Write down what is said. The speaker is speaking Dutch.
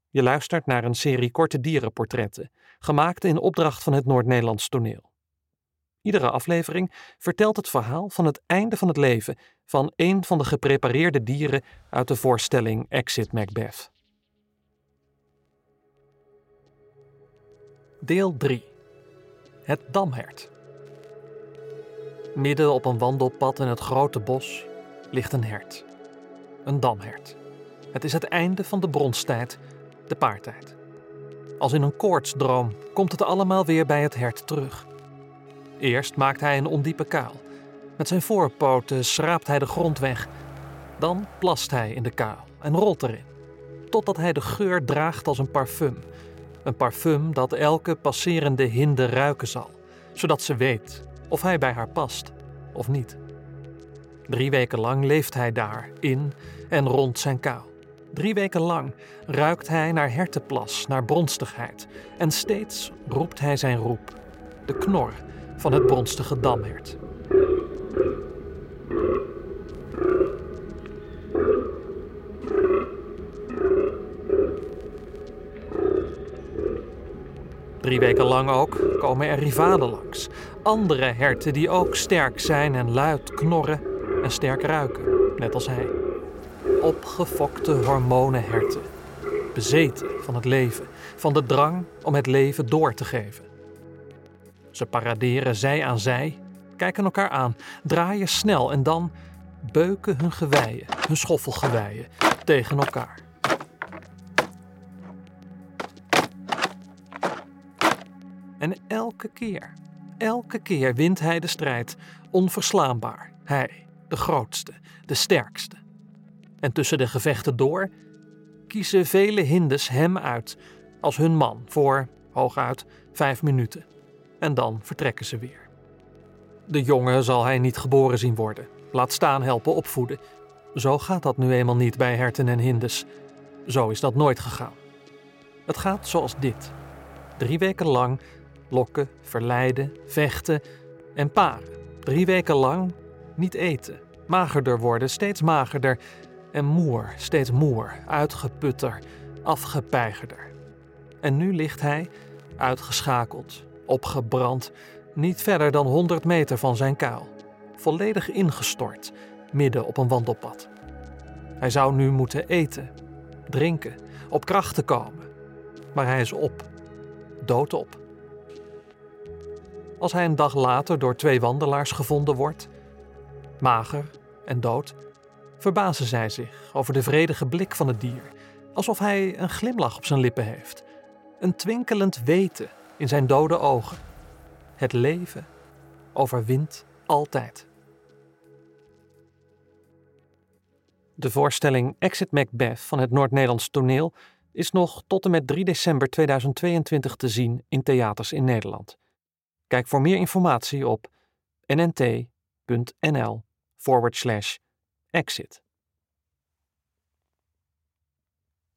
Je luistert naar een serie korte dierenportretten, gemaakt in opdracht van het Noord-Nederlands Toneel. Iedere aflevering vertelt het verhaal van het einde van het leven van een van de geprepareerde dieren uit de voorstelling Exit Macbeth. Deel 3. Het damhert. Midden op een wandelpad in het grote bos ligt een hert. Een damhert. Het is het einde van de bronstijd, de paartijd. Als in een koortsdroom komt het allemaal weer bij het hert terug. Eerst maakt hij een ondiepe kuil. Met zijn voorpoten schraapt hij de grond weg. Dan plast hij in de kuil en rolt erin. Totdat hij de geur draagt als een parfum. Een parfum dat elke passerende hinde ruiken zal. Zodat ze weet of hij bij haar past of niet. 3 weken lang leeft hij daar in en rond zijn kuil. 3 weken lang ruikt hij naar hertenplas, naar bronstigheid. En steeds roept hij zijn roep. De knor van het bronstige damhert. Drie weken lang ook komen er rivalen langs. Andere herten die ook sterk zijn en luid knorren en sterk ruiken, net als hij. Opgefokte hormonenherten. Bezeten van het leven, van de drang om het leven door te geven. Ze paraderen zij aan zij, kijken elkaar aan, draaien snel en dan beuken hun geweien, hun schoffelgeweien, tegen elkaar. En elke keer wint hij de strijd, onverslaanbaar. Hij, de grootste, de sterkste. En tussen de gevechten door kiezen vele hindes hem uit als hun man voor, hooguit, 5 minuten. En dan vertrekken ze weer. De jongen zal hij niet geboren zien worden. Laat staan helpen opvoeden. Zo gaat dat nu eenmaal niet bij herten en hindes. Zo is dat nooit gegaan. Het gaat zoals dit. 3 weken lang lokken, verleiden, vechten en paren. 3 weken lang niet eten. Magerder worden, steeds magerder. En moer, steeds moer, uitgeputter, afgepeigerder. En nu ligt hij, uitgeschakeld, opgebrand, niet verder dan 100 meter van zijn kuil. Volledig ingestort, midden op een wandelpad. Hij zou nu moeten eten, drinken, op krachten komen. Maar hij is op, doodop. Als hij een dag later door 2 wandelaars gevonden wordt, mager en dood, verbazen zij zich over de vredige blik van het dier, alsof hij een glimlach op zijn lippen heeft. Een twinkelend weten in zijn dode ogen. Het leven overwint altijd. De voorstelling Exit Macbeth van het Noord-Nederlands Toneel is nog tot en met 3 december 2022 te zien in theaters in Nederland. Kijk voor meer informatie op nnt.nl/exit.